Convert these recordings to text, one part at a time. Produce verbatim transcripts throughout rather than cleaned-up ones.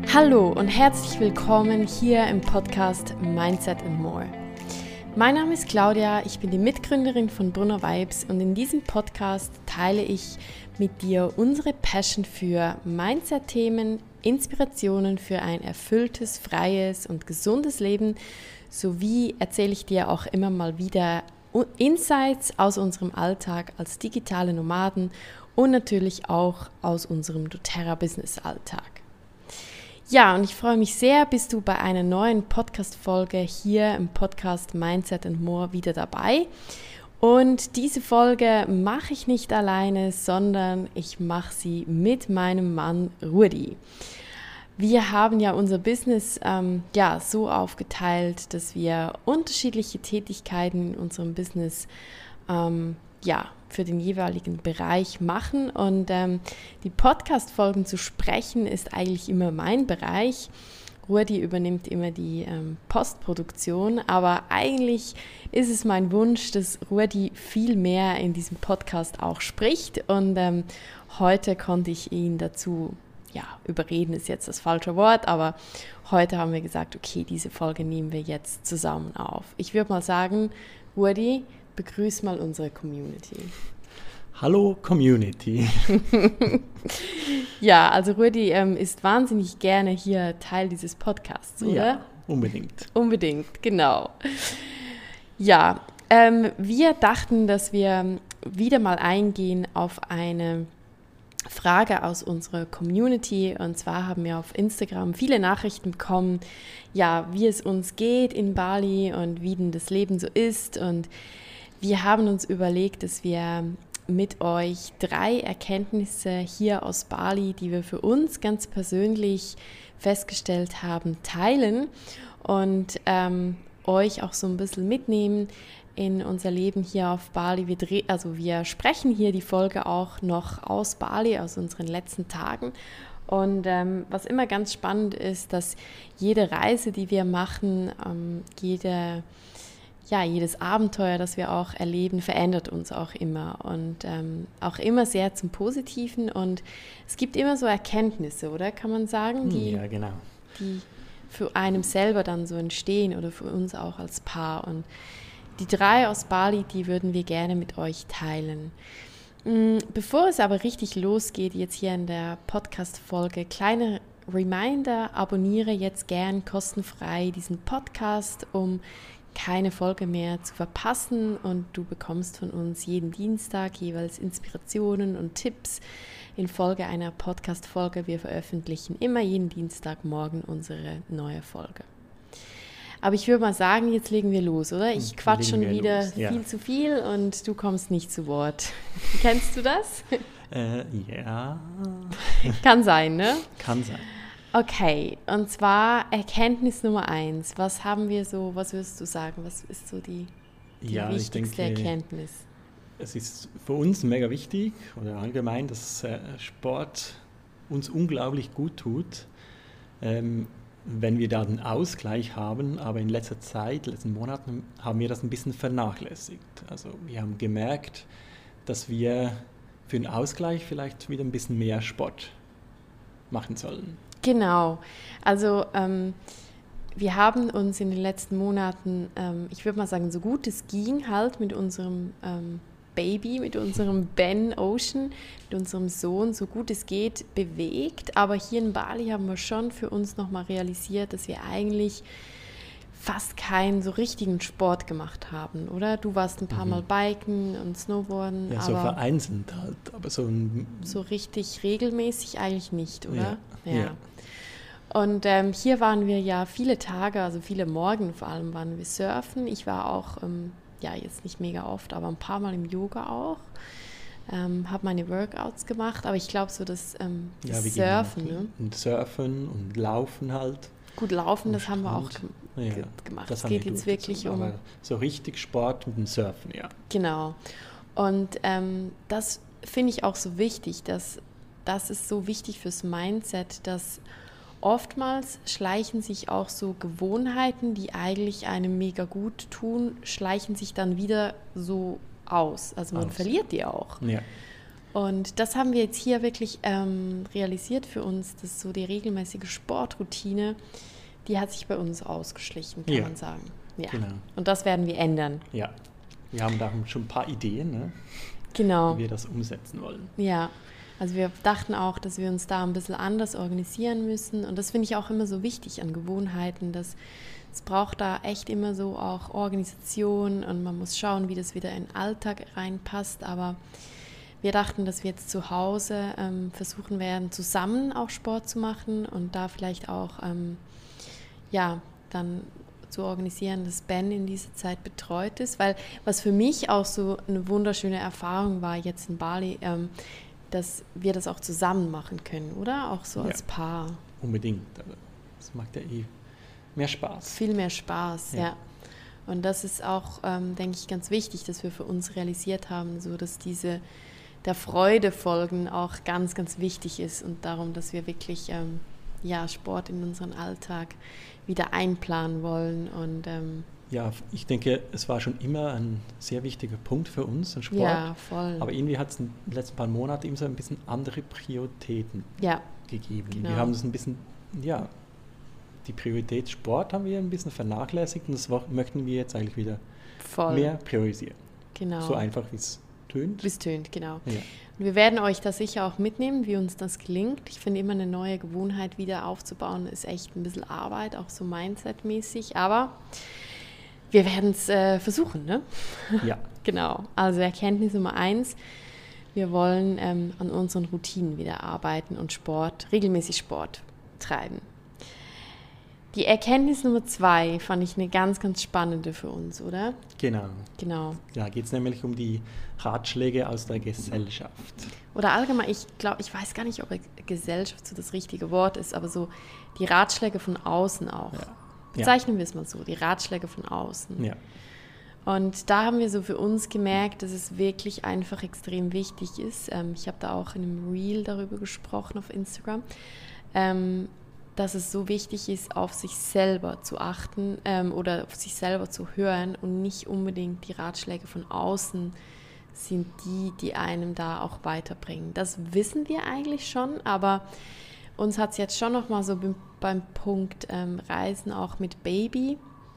Hallo und herzlich willkommen hier im Podcast Mindset and More. Mein Name ist Claudia, ich bin die Mitgründerin von Brunner Vibes und in diesem Podcast teile ich mit dir unsere Passion für Mindset-Themen, Inspirationen für ein erfülltes, freies und gesundes Leben sowie erzähle ich dir auch immer mal wieder Insights aus unserem Alltag als digitale Nomaden und natürlich auch aus unserem doTERRA-Business-Alltag. Ja, und ich freue mich sehr, bist du bei einer neuen Podcast-Folge hier im Podcast Mindset and More wieder dabei. Und diese Folge mache ich nicht alleine, sondern ich mache sie mit meinem Mann Rudi. Wir haben ja unser Business ähm, ja, so aufgeteilt, dass wir unterschiedliche Tätigkeiten in unserem Business ähm, ja, für den jeweiligen Bereich machen. Und ähm, die Podcast-Folgen zu sprechen ist eigentlich immer mein Bereich. Rudi übernimmt immer die ähm, Postproduktion, aber eigentlich ist es mein Wunsch, dass Rudi viel mehr in diesem Podcast auch spricht. Und ähm, heute konnte ich ihn dazu ja, überreden ist jetzt das falsche Wort, aber heute haben wir gesagt, okay, diese Folge nehmen wir jetzt zusammen auf. Ich würde mal sagen, Rudi, begrüß mal unsere Community. Hallo Community. Ja, also Rudi ähm, ist wahnsinnig gerne hier Teil dieses Podcasts, oder? Ja, unbedingt. Unbedingt, genau. Ja, ähm, wir dachten, dass wir wieder mal eingehen auf eine Frage aus unserer Community, und zwar haben wir auf Instagram viele Nachrichten bekommen, ja, wie es uns geht in Bali und wie denn das Leben so ist, und wir haben uns überlegt, dass wir mit euch drei Erkenntnisse hier aus Bali, die wir für uns ganz persönlich festgestellt haben, teilen und ähm, euch auch so ein bisschen mitnehmen in unser Leben hier auf Bali. Wir dreh, also wir sprechen hier die Folge auch noch aus Bali, aus unseren letzten Tagen. Und ähm, was immer ganz spannend ist, dass jede Reise, die wir machen, ähm, jede, ja, jedes Abenteuer, das wir auch erleben, verändert uns auch immer und ähm, auch immer sehr zum Positiven. Und es gibt immer so Erkenntnisse, oder kann man sagen, die, ja, genau. die für einen selber dann so entstehen oder für uns auch als Paar. Und die drei aus Bali, die würden wir gerne mit euch teilen. Bevor es aber richtig losgeht, jetzt hier in der Podcast-Folge, kleine Reminder, abonniere jetzt gern kostenfrei diesen Podcast, um keine Folge mehr zu verpassen, und du bekommst von uns jeden Dienstag jeweils Inspirationen und Tipps in Folge einer Podcast-Folge. Wir veröffentlichen immer jeden Dienstagmorgen unsere neue Folge. Aber ich würde mal sagen, jetzt legen wir los, oder? Ich quatsch schon wieder los, ja. viel zu viel und du kommst nicht zu Wort. Kennst du das? Äh, ja. Kann sein, ne? Kann sein. Okay, und zwar Erkenntnis Nummer eins. Was haben wir so, was würdest du sagen? Was ist so die, die ja, wichtigste ich denke, Erkenntnis? Es ist für uns mega wichtig oder allgemein, dass äh, Sport uns unglaublich gut tut. Ähm, wenn wir da einen Ausgleich haben, aber in letzter Zeit, in den letzten Monaten, haben wir das ein bisschen vernachlässigt. Also wir haben gemerkt, dass wir für einen Ausgleich vielleicht wieder ein bisschen mehr Sport machen sollen. Genau, also ähm, wir haben uns in den letzten Monaten, ähm, ich würde mal sagen, so gut es ging halt mit unserem ähm, Baby, mit unserem Ben Ocean, mit unserem Sohn, so gut es geht, bewegt. Aber hier in Bali haben wir schon für uns nochmal realisiert, dass wir eigentlich fast keinen so richtigen Sport gemacht haben, oder? Du warst ein paar Mhm. Mal biken und snowboarden. Ja, aber so vereinzelt halt, aber so ein... So richtig regelmäßig eigentlich nicht, oder? Ja. ja. Und ähm, hier waren wir ja viele Tage, also viele Morgen vor allem waren wir surfen. Ich war auch... Ähm, ja, jetzt nicht mega oft, aber ein paar Mal im Yoga auch. Ähm, habe meine Workouts gemacht, aber ich glaube so, dass ähm, das ja, Surfen, gehen, ne? Und Surfen und Laufen halt. Gut, Laufen, das haben wir auch Strand. ge- ja, ge- gemacht. Es geht jetzt wirklich um... Aber so richtig Sport mit dem Surfen, ja. Genau. Und ähm, das finde ich auch so wichtig, dass das ist so wichtig fürs Mindset, dass oftmals schleichen sich auch so Gewohnheiten, die eigentlich einem mega gut tun, schleichen sich dann wieder so aus. Also man aus. verliert die auch. Ja. Und das haben wir jetzt hier wirklich ähm, realisiert für uns, dass so die regelmäßige Sportroutine, die hat sich bei uns ausgeschlichen, kann ja. man sagen. Ja. Genau. Und das werden wir ändern. Ja, wir haben da schon ein paar Ideen, ne? Genau. Wie wir das umsetzen wollen. Ja, also wir dachten auch, dass wir uns da ein bisschen anders organisieren müssen. Und das finde ich auch immer so wichtig an Gewohnheiten, dass es braucht da echt immer so auch Organisation und man muss schauen, wie das wieder in den Alltag reinpasst. Aber wir dachten, dass wir jetzt zu Hause ähm, versuchen werden, zusammen auch Sport zu machen und da vielleicht auch ähm, ja, dann zu organisieren, dass Ben in dieser Zeit betreut ist. Weil was für mich auch so eine wunderschöne Erfahrung war jetzt in Bali, ähm, dass wir das auch zusammen machen können, oder? Auch so ja, als Paar. Unbedingt. Das macht ja eh mehr Spaß. Viel mehr Spaß, ja. ja. Und das ist auch, ähm, denke ich, ganz wichtig, dass wir für uns realisiert haben, so dass diese der Freude folgen auch ganz, ganz wichtig ist und darum, dass wir wirklich ähm, ja, Sport in unseren Alltag wieder einplanen wollen. Und, ähm, ja, ich denke, es war schon immer ein sehr wichtiger Punkt für uns, ein Sport. Ja, voll. Aber irgendwie hat es in den letzten paar Monaten immer so ein bisschen andere Prioritäten ja, gegeben. genau. Wir haben es ein bisschen, ja, die Priorität Sport haben wir ein bisschen vernachlässigt und das möchten wir jetzt eigentlich wieder voll. mehr priorisieren. Genau. So einfach, wie es tönt. Wie es tönt, genau. Ja. Und wir werden euch da sicher auch mitnehmen, wie uns das gelingt. Ich finde, immer eine neue Gewohnheit wieder aufzubauen, ist echt ein bisschen Arbeit, auch so mindsetmäßig. Aber wir werden es äh, versuchen, ne? Ja. Genau. Also Erkenntnis Nummer eins, wir wollen ähm, an unseren Routinen wieder arbeiten und Sport, regelmäßig Sport treiben. Die Erkenntnis Nummer zwei fand ich eine ganz, ganz spannende für uns, oder? Genau. Genau. Da geht es nämlich um die Ratschläge aus der Gesellschaft. Oder allgemein, ich glaube, ich weiß gar nicht, ob Gesellschaft so das richtige Wort ist, aber so die Ratschläge von außen auch. Ja. Bezeichnen wir es mal so, die Ratschläge von außen. Ja. Und da haben wir so für uns gemerkt, dass es wirklich einfach extrem wichtig ist. Ähm, ich habe da auch in einem Reel darüber gesprochen auf Instagram, ähm, dass es so wichtig ist, auf sich selber zu achten ähm, oder auf sich selber zu hören und nicht unbedingt die Ratschläge von außen sind die, die einem da auch weiterbringen. Das wissen wir eigentlich schon, aber uns hat es jetzt schon nochmal so b- beim Punkt ähm, Reisen auch mit Baby,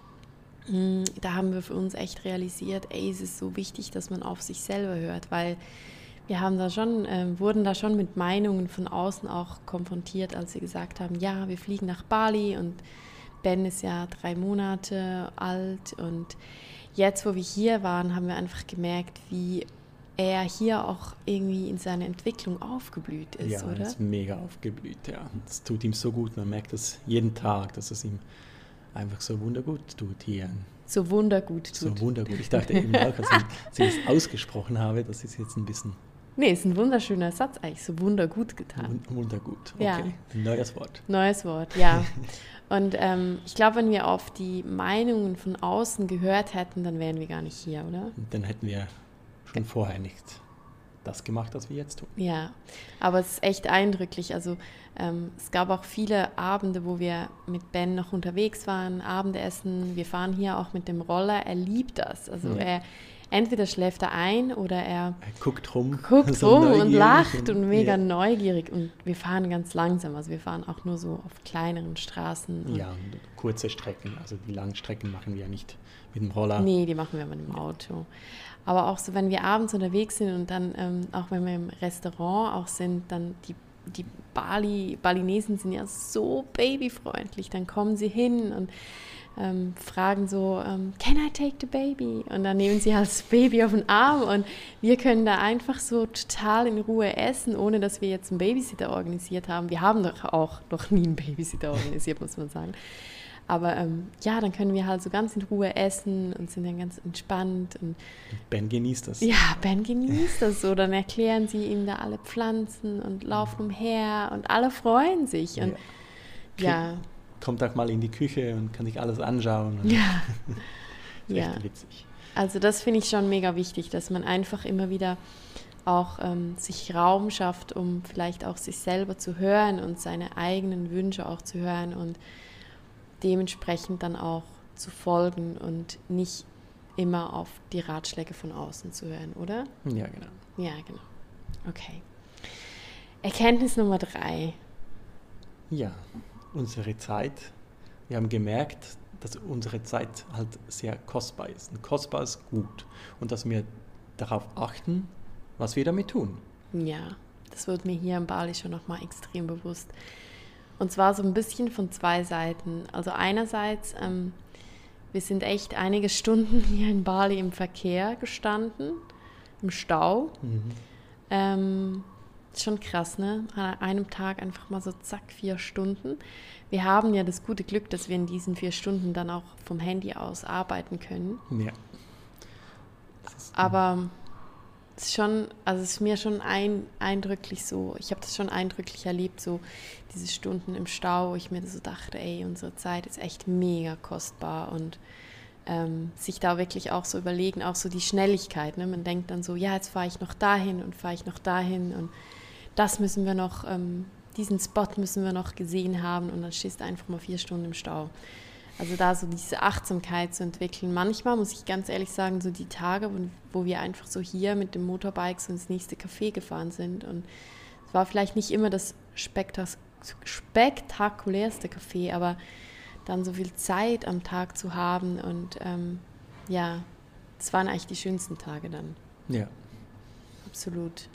mh, da haben wir für uns echt realisiert, ey, es ist so wichtig, dass man auf sich selber hört, weil wir haben da schon, äh, wurden da schon mit Meinungen von außen auch konfrontiert, als sie gesagt haben, ja, wir fliegen nach Bali und Ben ist ja drei Monate alt und jetzt, wo wir hier waren, haben wir einfach gemerkt, wie er hier auch irgendwie in seiner Entwicklung aufgeblüht ist, ja, oder? Ja, ist mega aufgeblüht, ja. Das tut ihm so gut, man merkt das jeden Tag, dass es ihm einfach so wundergut tut hier. So wundergut tut. So wundergut. Ich dachte eben auch, als ich es ausgesprochen habe, das ist jetzt ein bisschen... Nee, ist ein wunderschöner Satz eigentlich, so wundergut getan. Wundergut, okay. Ja. Neues Wort. Neues Wort, ja. Und ähm, ich glaube, wenn wir auf die Meinungen von außen gehört hätten, dann wären wir gar nicht hier, oder? Dann hätten wir schon vorher nicht das gemacht, was wir jetzt tun. Ja, aber es ist echt eindrücklich. Also ähm, es gab auch viele Abende, wo wir mit Ben noch unterwegs waren, Abendessen. Wir fahren hier auch mit dem Roller. Er liebt das. Also ja. er entweder schläft er ein oder er, er guckt rum, guckt so rum und lacht und, und mega ja. neugierig. Und wir fahren ganz langsam. Also wir fahren auch nur so auf kleineren Straßen. Und ja, und kurze Strecken. Also die langen Strecken machen wir ja nicht mit dem Roller. Nee, die machen wir mit dem Auto. Aber auch so, wenn wir abends unterwegs sind und dann, ähm, auch wenn wir im Restaurant auch sind, dann die, die Bali, Balinesen sind ja so babyfreundlich. Dann kommen sie hin und ähm, fragen so, ähm, can I take the baby? Und dann nehmen sie halt das Baby auf den Arm und wir können da einfach so total in Ruhe essen, ohne dass wir jetzt einen Babysitter organisiert haben. Wir haben doch auch noch nie einen Babysitter organisiert, muss man sagen. Aber ähm, ja, dann können wir halt so ganz in Ruhe essen und sind dann ganz entspannt. Und Ben genießt das. Ja, Ben genießt das so. Dann erklären sie ihm da alle Pflanzen und laufen umher und alle freuen sich. Und ja. ja. Kommt auch mal in die Küche und kann sich alles anschauen. Ja. ist ja. echt witzig. Also das finde ich schon mega wichtig, dass man einfach immer wieder auch ähm, sich Raum schafft, um vielleicht auch sich selber zu hören und seine eigenen Wünsche auch zu hören und dementsprechend dann auch zu folgen und nicht immer auf die Ratschläge von außen zu hören, oder? Ja, genau. Ja, genau. Okay. Erkenntnis Nummer drei. Ja, unsere Zeit. Wir haben gemerkt, dass unsere Zeit halt sehr kostbar ist. Und kostbar ist gut. Und dass wir darauf achten, was wir damit tun. Ja, das wird mir hier in Bali schon nochmal extrem bewusst. Und zwar so ein bisschen von zwei Seiten. Also einerseits, ähm, wir sind echt einige Stunden hier in Bali im Verkehr gestanden, im Stau. Mhm. Ähm, schon krass, ne? An einem Tag einfach mal so zack, vier Stunden. Wir haben ja das gute Glück, dass wir in diesen vier Stunden dann auch vom Handy aus arbeiten können. Ja. Aber es ist schon, also es ist mir schon ein, eindrücklich so, ich habe das schon eindrücklich erlebt, so diese Stunden im Stau, wo ich mir so dachte, ey, unsere Zeit ist echt mega kostbar und ähm, sich da wirklich auch so überlegen, auch so die Schnelligkeit, ne? Man denkt dann so, ja, jetzt fahre ich noch dahin und fahre ich noch dahin und das müssen wir noch, ähm, diesen Spot müssen wir noch gesehen haben und dann stehst du einfach mal vier Stunden im Stau. Also da so diese Achtsamkeit zu entwickeln. Manchmal muss ich ganz ehrlich sagen, so die Tage, wo, wo wir einfach so hier mit dem Motorbike so ins nächste Café gefahren sind und es war vielleicht nicht immer das spektas- spektakulärste Café, aber dann so viel Zeit am Tag zu haben und ähm, ja, das waren eigentlich die schönsten Tage dann. Ja. Absolut.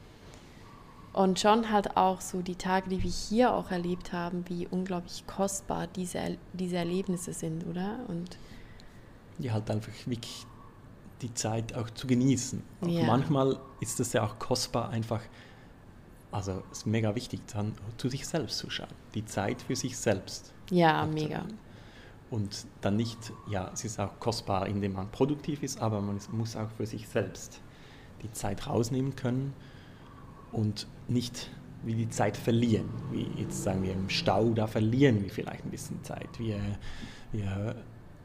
Und schon halt auch so die Tage, die wir hier auch erlebt haben, wie unglaublich kostbar diese, diese Erlebnisse sind, oder? Und Ja, halt einfach wirklich die Zeit auch zu genießen. Auch Ja. manchmal ist es ja auch kostbar, einfach, also es ist mega wichtig, dann zu sich selbst zu schauen. Die Zeit für sich selbst. ja, Und, mega. Und dann nicht, ja, es ist auch kostbar, indem man produktiv ist, aber man muss auch für sich selbst die Zeit rausnehmen können und nicht wie die Zeit verlieren. Wie jetzt sagen wir im Stau, da verlieren wir vielleicht ein bisschen Zeit. Wir, wir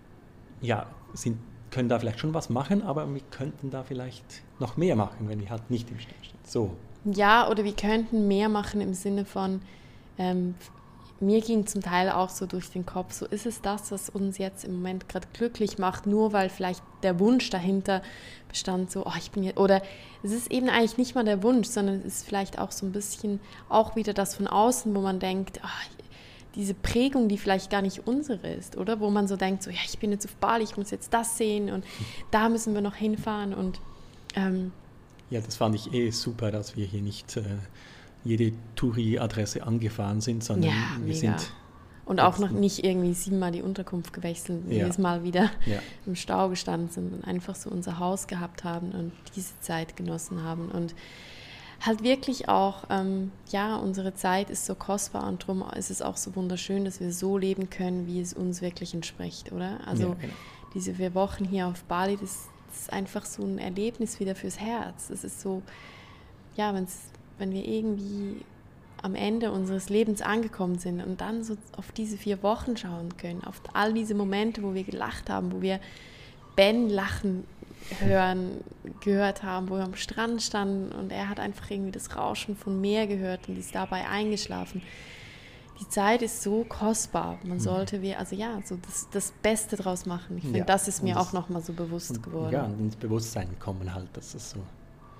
ja, sind, können da vielleicht schon was machen, aber wir könnten da vielleicht noch mehr machen, wenn wir halt nicht im Stau stehen. So. Ja, oder wir könnten mehr machen im Sinne von, ähm, mir ging zum Teil auch so durch den Kopf, so ist es das, was uns jetzt im Moment gerade glücklich macht, nur weil vielleicht der Wunsch dahinter bestand, so, oh, ich bin jetzt, oder es ist eben eigentlich nicht mal der Wunsch, sondern es ist vielleicht auch so ein bisschen auch wieder das von außen, wo man denkt, oh, diese Prägung, die vielleicht gar nicht unsere ist, oder? Wo man so denkt, so, ja, ich bin jetzt auf Bali, ich muss jetzt das sehen und da müssen wir noch hinfahren und ähm, Ja, das fand ich eh super, dass wir hier nicht äh, jede Touri-Adresse angefahren sind, sondern ja, wir mega. sind... Und auch noch nicht irgendwie siebenmal die Unterkunft gewechselt, Ja. jedes Mal wieder Ja. im Stau gestanden sind und einfach so unser Haus gehabt haben und diese Zeit genossen haben. Und halt wirklich auch, ähm, ja, unsere Zeit ist so kostbar und darum ist es auch so wunderschön, dass wir so leben können, wie es uns wirklich entspricht, oder? Also Ja, genau. diese vier Wochen hier auf Bali, das, das ist einfach so ein Erlebnis wieder fürs Herz. Das ist so, ja, wenn's, wenn wir irgendwie am Ende unseres Lebens angekommen sind und dann so auf diese vier Wochen schauen können, auf all diese Momente, wo wir gelacht haben, wo wir Ben lachen hören, gehört haben, wo wir am Strand standen und er hat einfach irgendwie das Rauschen von Meer gehört und ist dabei eingeschlafen. Die Zeit ist so kostbar. Man sollte, wir, also ja, so das, das Beste draus machen. Ich finde, Ja, das ist und mir das- auch nochmal so bewusst Und, geworden. ja, und ins Bewusstsein kommen halt, dass es so,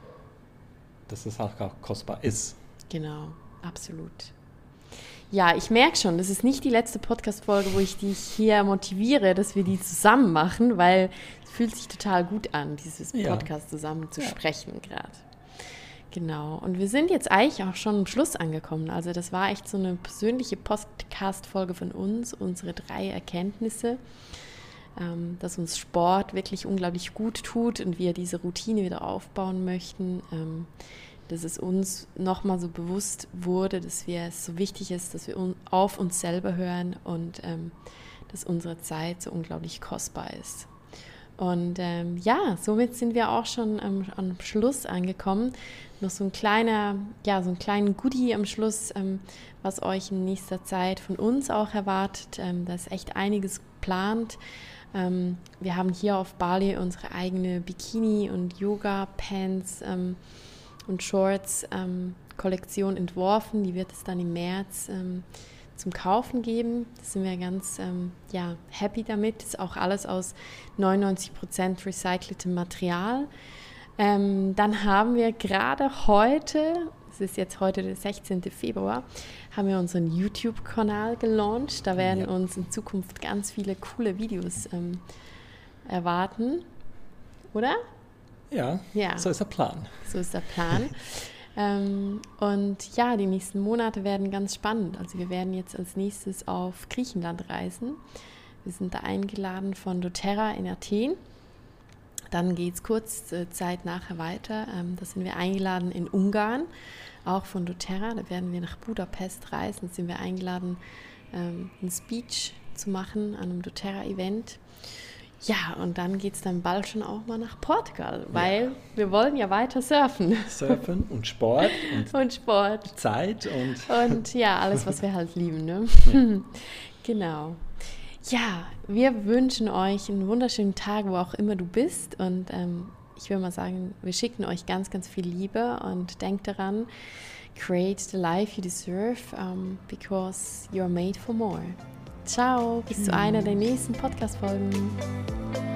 dass es auch, auch kostbar ist. Genau, absolut. Ja, ich merke schon, das ist nicht die letzte Podcast-Folge, wo ich dich hier motiviere, dass wir die zusammen machen, weil es fühlt sich total gut an, dieses Ja. Podcast zusammen zu Ja. sprechen gerade. Genau, und wir sind jetzt eigentlich auch schon am Schluss angekommen. Also das war echt so eine persönliche Podcast-Folge von uns, unsere drei Erkenntnisse, ähm, dass uns Sport wirklich unglaublich gut tut und wir diese Routine wieder aufbauen möchten. Ähm, dass es uns nochmal so bewusst wurde, dass wir, es so wichtig ist, dass wir un, auf uns selber hören und ähm, dass unsere Zeit so unglaublich kostbar ist. Und ähm, ja, somit sind wir auch schon am, am Schluss angekommen. Noch so ein kleiner, ja, so ein kleinen Goodie am Schluss, ähm, was euch in nächster Zeit von uns auch erwartet. Ähm, da ist echt einiges geplant. Ähm, wir haben hier auf Bali unsere eigene Bikini- und Yoga-Pants ähm, und Shorts-Kollektion ähm, entworfen. Die wird es dann im März ähm, zum Kaufen geben. Da sind wir ganz ähm, ja, happy damit. Das ist auch alles aus neunundneunzig Prozent recyceltem Material. Ähm, dann haben wir gerade heute, es ist jetzt heute der sechzehnten Februar, haben wir unseren YouTube-Kanal gelauncht. Da werden ja. uns in Zukunft ganz viele coole Videos ähm, erwarten, oder? Ja, ja, so ist der Plan. So ist der Plan. ähm, und ja, die nächsten Monate werden ganz spannend. Also wir werden jetzt als nächstes auf Griechenland reisen. Wir sind da eingeladen von doTERRA in Athen. Dann geht es kurz äh, Zeit nachher weiter. Ähm, da sind wir eingeladen in Ungarn, auch von doTERRA. Da werden wir nach Budapest reisen. Da sind wir eingeladen, ähm, einen Speech zu machen an einem doTERRA-Event. Ja, und dann geht es dann bald schon auch mal nach Portugal, weil ja. wir wollen ja weiter surfen. Surfen und Sport und, und Sport. Zeit und... Und ja, alles, was wir halt lieben, ne? Ja. Genau. Ja, wir wünschen euch einen wunderschönen Tag, wo auch immer du bist. Und ähm, ich würde mal sagen, wir schicken euch ganz, ganz viel Liebe und denkt daran, create the life you deserve, um, because you're made for more. Ciao, bis zu einer der nächsten Podcast-Folgen.